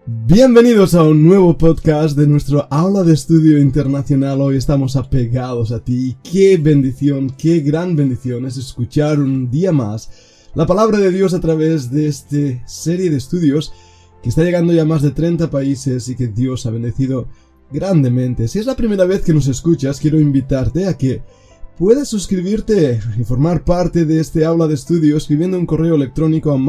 Bienvenidos a un nuevo podcast de nuestro aula de estudio internacional. Hoy estamos apegados a ti. Qué bendición, qué gran bendición es escuchar un día más la palabra de Dios a través de esta serie de estudios que está llegando ya a más de 30 países y que Dios ha bendecido grandemente. Si es la primera vez que nos escuchas, quiero invitarte a que puedas suscribirte y formar parte de este aula de estudio escribiendo un correo electrónico a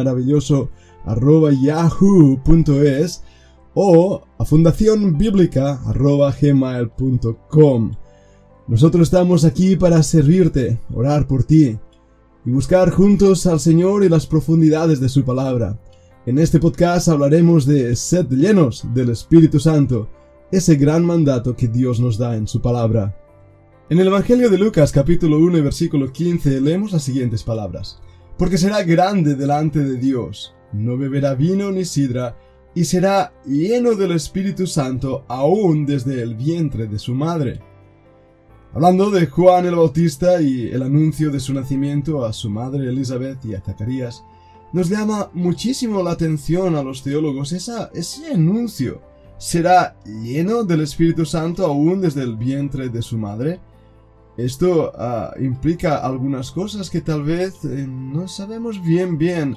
masquemaravilloso@yahoo.es o a fundacionbiblica@gmail.com. Nosotros estamos aquí para servirte, orar por ti y buscar juntos al Señor y las profundidades de su palabra. En este podcast hablaremos de sed llenos del Espíritu Santo, ese gran mandato que Dios nos da en su palabra. En el Evangelio de Lucas capítulo 1 versículo 15 leemos las siguientes palabras: porque será grande delante de Dios, no beberá vino ni sidra, y será lleno del Espíritu Santo aún desde el vientre de su madre. Hablando de Juan el Bautista y el anuncio de su nacimiento a su madre Elizabeth y a Zacarías, nos llama muchísimo la atención a los teólogos ese anuncio. ¿Será lleno del Espíritu Santo aún desde el vientre de su madre? Esto implica algunas cosas que tal vez no sabemos bien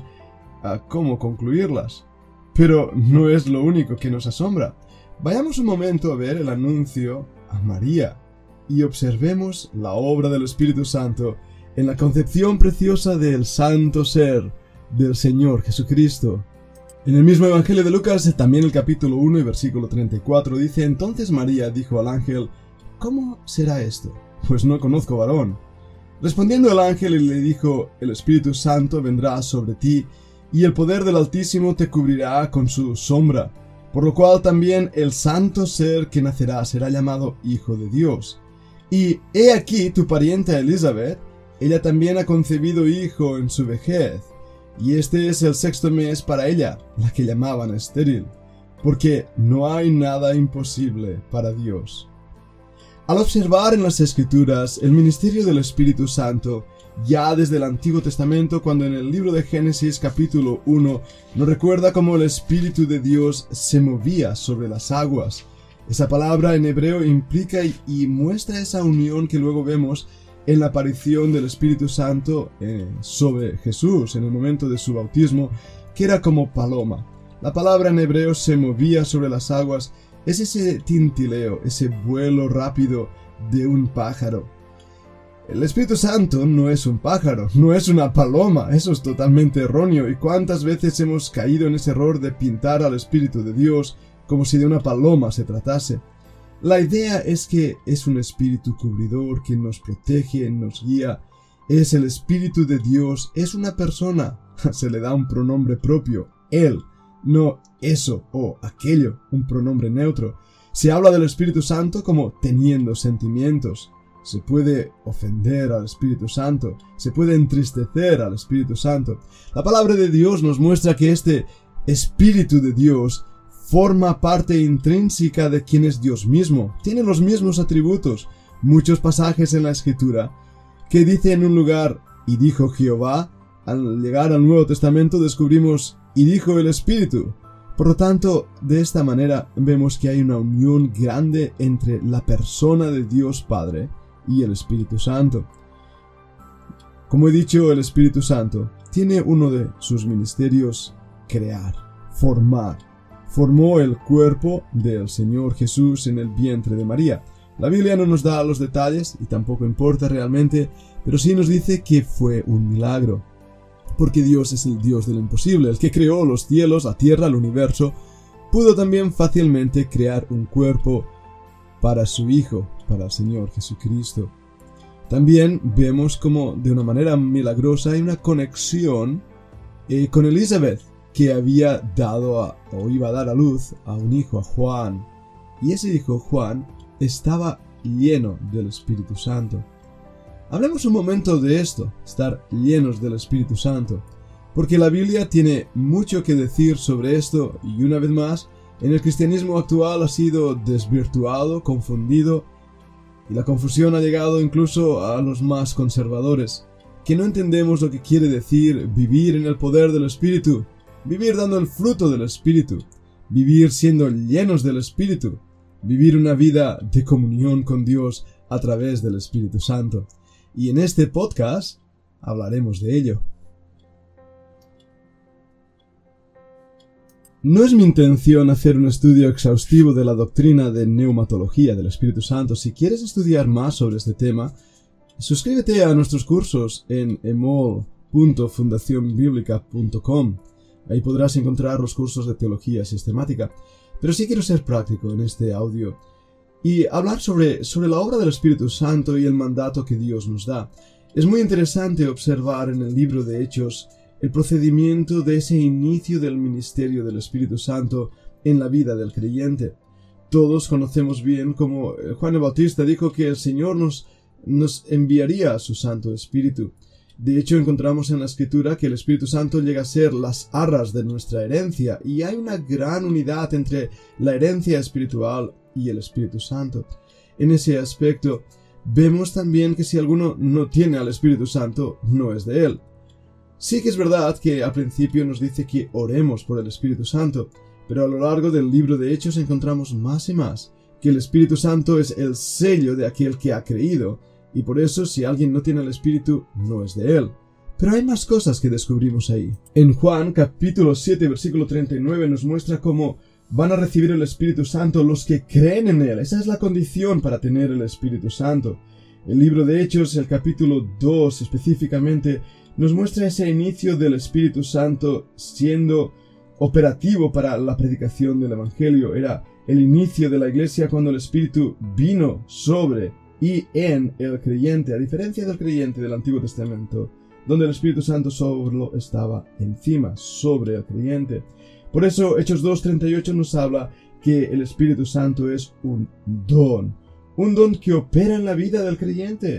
cómo concluirlas. Pero no es lo único que nos asombra. Vayamos un momento a ver el anuncio a María y observemos la obra del Espíritu Santo en la concepción preciosa del santo ser del Señor Jesucristo. En el mismo Evangelio de Lucas, también el capítulo 1 y versículo 34, dice: entonces María dijo al ángel: ¿cómo será esto? Pues no conozco varón. Respondiendo el ángel le dijo: el Espíritu Santo vendrá sobre ti, y el poder del Altísimo te cubrirá con su sombra, por lo cual también el santo ser que nacerá será llamado Hijo de Dios. Y he aquí tu parienta Elizabeth, ella también ha concebido hijo en su vejez, y este es el 6º mes para ella, la que llamaban estéril, porque no hay nada imposible para Dios. Al observar en las Escrituras el ministerio del Espíritu Santo, ya desde el Antiguo Testamento, cuando en el libro de Génesis capítulo 1 nos recuerda cómo el Espíritu de Dios se movía sobre las aguas. Esa palabra en hebreo implica y muestra esa unión que luego vemos en la aparición del Espíritu Santo sobre Jesús en el momento de su bautismo, que era como paloma. La palabra en hebreo se movía sobre las aguas. Es ese tintileo, ese vuelo rápido de un pájaro. El Espíritu Santo no es un pájaro, no es una paloma, eso es totalmente erróneo. ¿Y cuántas veces hemos caído en ese error de pintar al Espíritu de Dios como si de una paloma se tratase? La idea es que es un espíritu cubridor que nos protege, nos guía. Es el Espíritu de Dios, es una persona. Se le da un pronombre propio, Él. No eso o aquello, un pronombre neutro. Se habla del Espíritu Santo como teniendo sentimientos. Se puede ofender al Espíritu Santo, se puede entristecer al Espíritu Santo. La palabra de Dios nos muestra que este Espíritu de Dios forma parte intrínseca de quien es Dios mismo. Tiene los mismos atributos. Muchos pasajes en la Escritura que dice en un lugar: y dijo Jehová. Al llegar al Nuevo Testamento descubrimos: y dijo el Espíritu. Por lo tanto, de esta manera vemos que hay una unión grande entre la persona de Dios Padre y el Espíritu Santo. Como he dicho, el Espíritu Santo tiene uno de sus ministerios: crear, formar. Formó el cuerpo del Señor Jesús en el vientre de María. La Biblia no nos da los detalles y tampoco importa realmente, pero sí nos dice que fue un milagro. Porque Dios es el Dios de lo imposible, el que creó los cielos, la tierra, el universo, pudo también fácilmente crear un cuerpo para su Hijo, para el Señor Jesucristo. También vemos como de una manera milagrosa hay una conexión con Elizabeth, que había dado o iba a dar a luz a un hijo, a Juan. Y ese hijo, Juan, estaba lleno del Espíritu Santo. Hablemos un momento de esto, estar llenos del Espíritu Santo, porque la Biblia tiene mucho que decir sobre esto y una vez más, en el cristianismo actual ha sido desvirtuado, confundido, y la confusión ha llegado incluso a los más conservadores, que no entendemos lo que quiere decir vivir en el poder del Espíritu, vivir dando el fruto del Espíritu. vivir siendo llenos del Espíritu, vivir una vida de comunión con Dios a través del Espíritu Santo. Y en este podcast hablaremos de ello. No es mi intención hacer un estudio exhaustivo de la doctrina de neumatología del Espíritu Santo. Si quieres estudiar más sobre este tema, suscríbete a nuestros cursos en emol.fundacionbiblica.com. Ahí podrás encontrar los cursos de teología sistemática. Pero sí quiero ser práctico en este audio y hablar sobre la obra del Espíritu Santo y el mandato que Dios nos da. Es muy interesante observar en el libro de Hechos el procedimiento de ese inicio del ministerio del Espíritu Santo en la vida del creyente. Todos conocemos bien cómo Juan el Bautista dijo que el Señor nos enviaría a su Santo Espíritu. De hecho, encontramos en la Escritura que el Espíritu Santo llega a ser las arras de nuestra herencia, y hay una gran unidad entre la herencia espiritual y el Espíritu Santo. En ese aspecto, vemos también que si alguno no tiene al Espíritu Santo, no es de él. Sí que es verdad que al principio nos dice que oremos por el Espíritu Santo, pero a lo largo del libro de Hechos encontramos más y más que el Espíritu Santo es el sello de aquel que ha creído, y por eso si alguien no tiene el Espíritu, no es de él. Pero hay más cosas que descubrimos ahí. En Juan capítulo 7 versículo 39 nos muestra cómo van a recibir el Espíritu Santo los que creen en él. Esa es la condición para tener el Espíritu Santo. El libro de Hechos, el capítulo 2 específicamente, nos muestra ese inicio del Espíritu Santo siendo operativo para la predicación del Evangelio. Era el inicio de la iglesia cuando el Espíritu vino sobre y en el creyente, a diferencia del creyente del Antiguo Testamento, donde el Espíritu Santo solo estaba encima, sobre el creyente. Por eso Hechos 2:38 nos habla que el Espíritu Santo es un don que opera en la vida del creyente.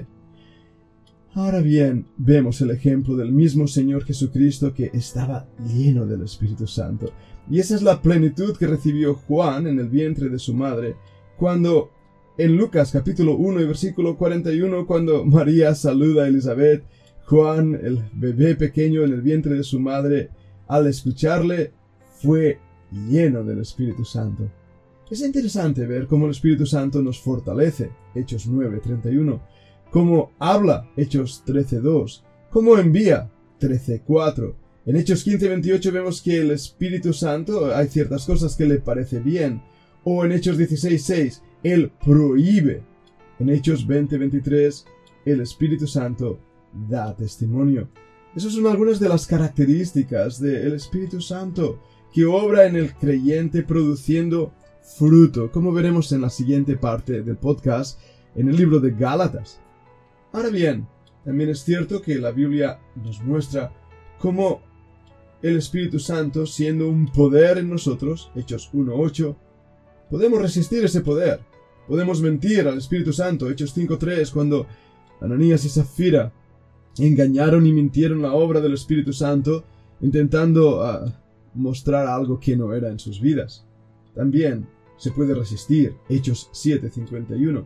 Ahora bien, vemos el ejemplo del mismo Señor Jesucristo que estaba lleno del Espíritu Santo. Y esa es la plenitud que recibió Juan en el vientre de su madre, cuando en Lucas capítulo 1 y versículo 41, cuando María saluda a Elizabeth, Juan, el bebé pequeño en el vientre de su madre, al escucharle, fue lleno del Espíritu Santo. Es interesante ver cómo el Espíritu Santo nos fortalece, Hechos 9:31, cómo habla, Hechos 13:2, cómo envía, 13:4. En Hechos 15:28 vemos que el Espíritu Santo hay ciertas cosas que le parece bien, o en Hechos 16:6, Él prohíbe. En Hechos 20:23, el Espíritu Santo da testimonio. Esas son algunas de las características del Espíritu Santo, que obra en el creyente produciendo fruto, como veremos en la siguiente parte del podcast, en el libro de Gálatas. Ahora bien, también es cierto que la Biblia nos muestra cómo el Espíritu Santo, siendo un poder en nosotros, Hechos 1:8, podemos resistir ese poder. Podemos mentir al Espíritu Santo, Hechos 5:3, cuando Ananías y Zafira engañaron y mintieron la obra del Espíritu Santo, intentando mostrar algo que no era en sus vidas. También se puede resistir, Hechos 7:51.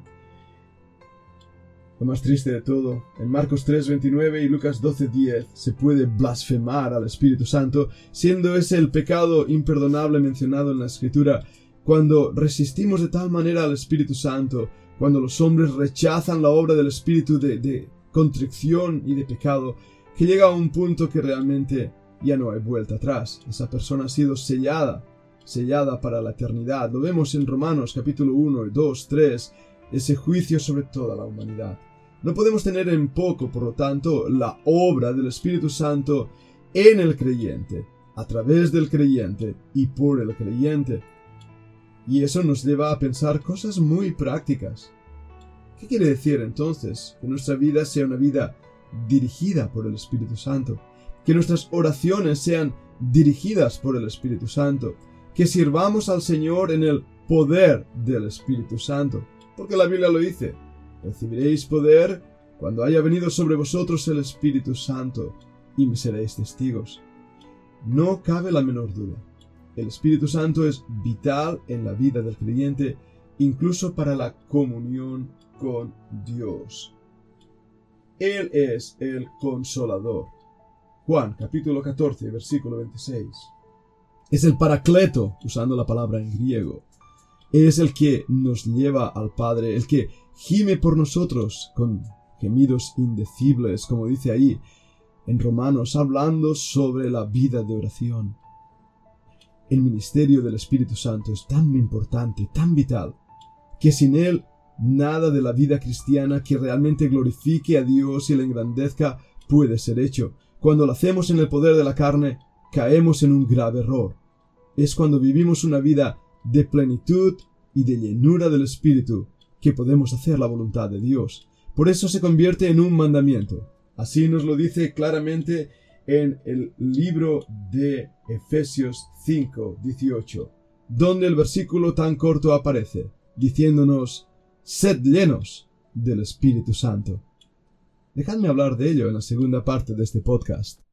Lo más triste de todo, en Marcos 3:29 y Lucas 12:10 se puede blasfemar al Espíritu Santo, siendo ese el pecado imperdonable mencionado en la Escritura, cuando resistimos de tal manera al Espíritu Santo, cuando los hombres rechazan la obra del Espíritu de contrición y de pecado, que llega a un punto que realmente ya no hay vuelta atrás. Esa persona ha sido sellada para la eternidad. Lo vemos en Romanos capítulo 1, 2, 3, ese juicio sobre toda la humanidad. No podemos tener en poco, por lo tanto, la obra del Espíritu Santo en el creyente, a través del creyente y por el creyente. Y eso nos lleva a pensar cosas muy prácticas. ¿Qué quiere decir entonces? Que nuestra vida sea una vida dirigida por el Espíritu Santo. Que nuestras oraciones sean dirigidas por el Espíritu Santo. Que sirvamos al Señor en el poder del Espíritu Santo. Porque la Biblia lo dice. Recibiréis poder cuando haya venido sobre vosotros el Espíritu Santo, y me seréis testigos. No cabe la menor duda. El Espíritu Santo es vital en la vida del creyente, incluso para la comunión con Dios. Él es el Consolador. Juan capítulo 14, versículo 26. Es el Paracleto, usando la palabra en griego. Es el que nos lleva al Padre, el que gime por nosotros con gemidos indecibles, como dice ahí en Romanos, hablando sobre la vida de oración. El ministerio del Espíritu Santo es tan importante, tan vital, que sin él nada de la vida cristiana que realmente glorifique a Dios y le engrandezca puede ser hecho. Cuando lo hacemos en el poder de la carne, caemos en un grave error. Es cuando vivimos una vida de plenitud y de llenura del Espíritu que podemos hacer la voluntad de Dios. Por eso se convierte en un mandamiento. Así nos lo dice claramente en el libro de Efesios 5:18, donde el versículo tan corto aparece, diciéndonos: sed llenos del Espíritu Santo. Dejadme hablar de ello en la segunda parte de este podcast.